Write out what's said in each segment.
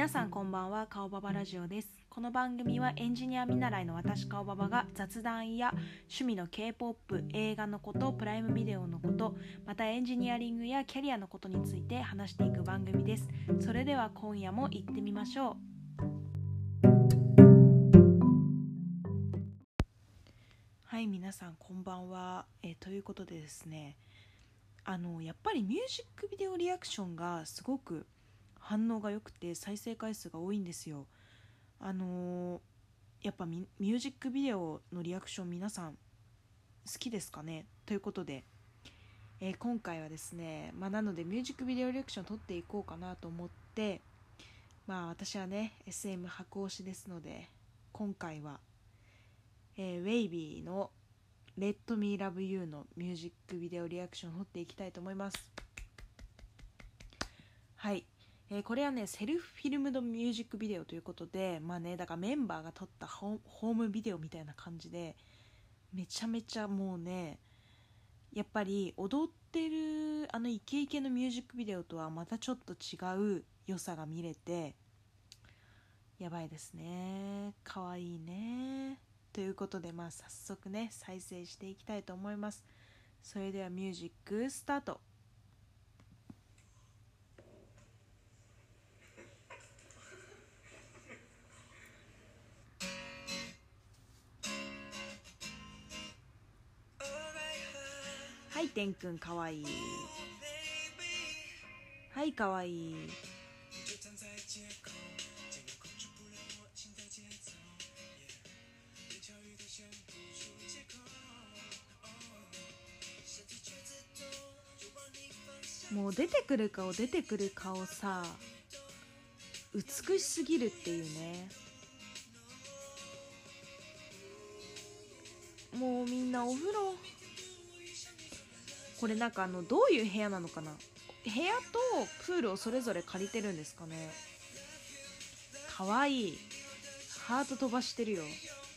皆さんこんばんは。顔ババラジオです。この番組はエンジニア見習いの私顔ババが雑談や趣味の K-POP、映画のこと、プライムビデオのこと、またエンジニアリングやキャリアのことについて話していく番組です。それでは今夜も行ってみましょう。はい、皆さんこんばんは。ということでですね、やっぱりミュージックビデオリアクションがすごく反応が良くて再生回数が多いんですよ。やっぱミュージックビデオのリアクション皆さん好きですかねということで、今回はですね、なのでミュージックビデオリアクション撮っていこうかなと思って、私はね SM 白推しですので、今回は、ウェイビーの Let Me Love You のミュージックビデオリアクションを撮っていきたいと思います。はい、これはねセルフフィルムドミュージックビデオということで、だからメンバーが撮ったホームビデオみたいな感じで、めちゃめちゃもうね、やっぱり踊ってるイケイケのミュージックビデオとはまたちょっと違う良さが見れて、やばいですね。かわいいね。ということで早速ね再生していきたいと思います。それではミュージックスタート。はい、てんくんかわいい。はい、かわいい。もう出てくる顔さ、美しすぎるっていうね。もうみんなお風呂、これなんかどういう部屋なのかな。部屋とプールをそれぞれ借りてるんですかね。かわいい。ハート飛ばしてるよ。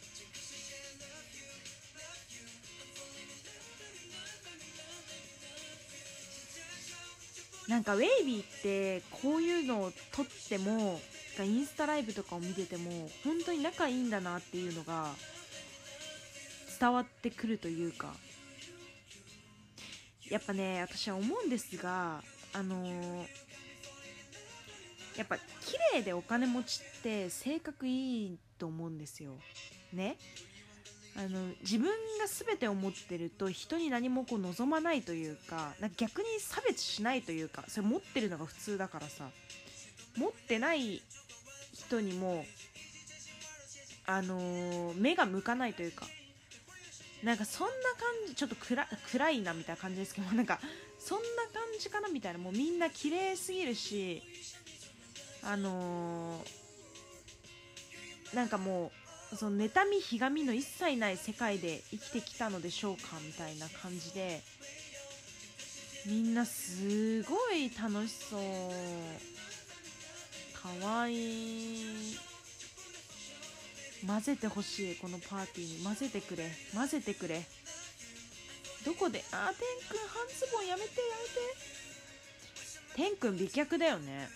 なんかウェイビーってこういうのを撮っても、インスタライブとかを見てても本当に仲いいんだなっていうのが伝わってくるというか、やっぱね私は思うんですが、やっぱ綺麗でお金持ちって性格いいと思うんですよね。自分が全てを持ってると人に何も望まないというか、逆に差別しないというか、それ持ってるのが普通だからさ、持ってない人にも目が向かないというか、そんな感じ、ちょっと暗いなみたいな感じですけど、そんな感じかなみたいな。もうみんな綺麗すぎるし、もうその妬みひがみの一切ない世界で生きてきたのでしょうかみたいな感じで、みんなすごい楽しそう。かわいい。混ぜてほしい。このパーティーに混ぜてくれ。どこで。てんくん半ズボンやめて。てんくん美脚だよね。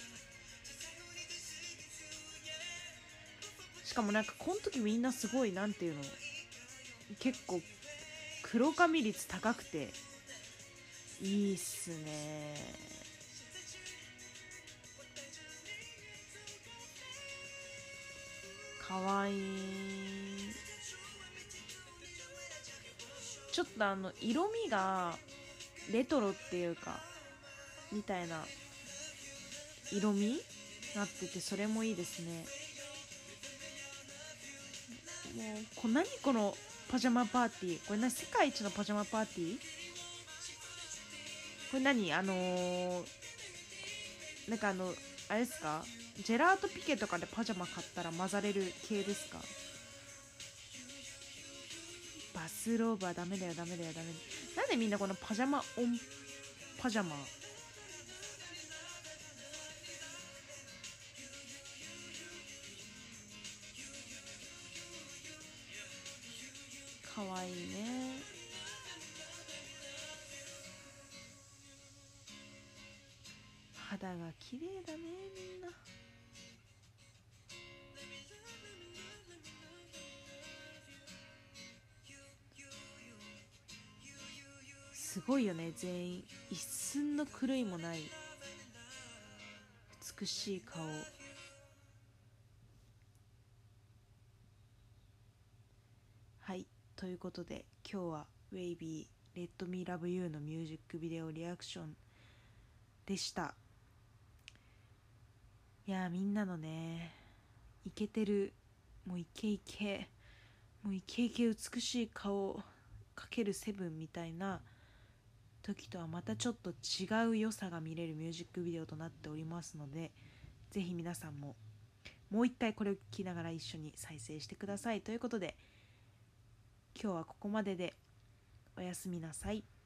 しかもこの時みんなすごい、なんていうの、結構黒髪率高くていいっすね。かわいい。ちょっと色味がレトロっていうかみたいな色味なってて、それもいいですね。もう何このパジャマパーティー。これ世界一のパジャマパーティー。これ何あれですか、ジェラートピケとかでパジャマ買ったら混ざれる系ですか。バスローブはダメだよ。なんでみんなこのパジャマオンパジャマ。かわいいね。肌が綺麗だねみんな。 すごいよね。全員一寸の狂いもない美しい顔。はい、ということで今日はウェイビー Let Me Love You のミュージックビデオリアクションでした。いやー、みんなのね、イケてる、もうイケイケ、もうイケイケ美しい顔かけるセブンみたいな時とはまたちょっと違う良さが見れるミュージックビデオとなっておりますので、ぜひ皆さんももう一回これを聞きながら一緒に再生してください。ということで今日はここまででおやすみなさい。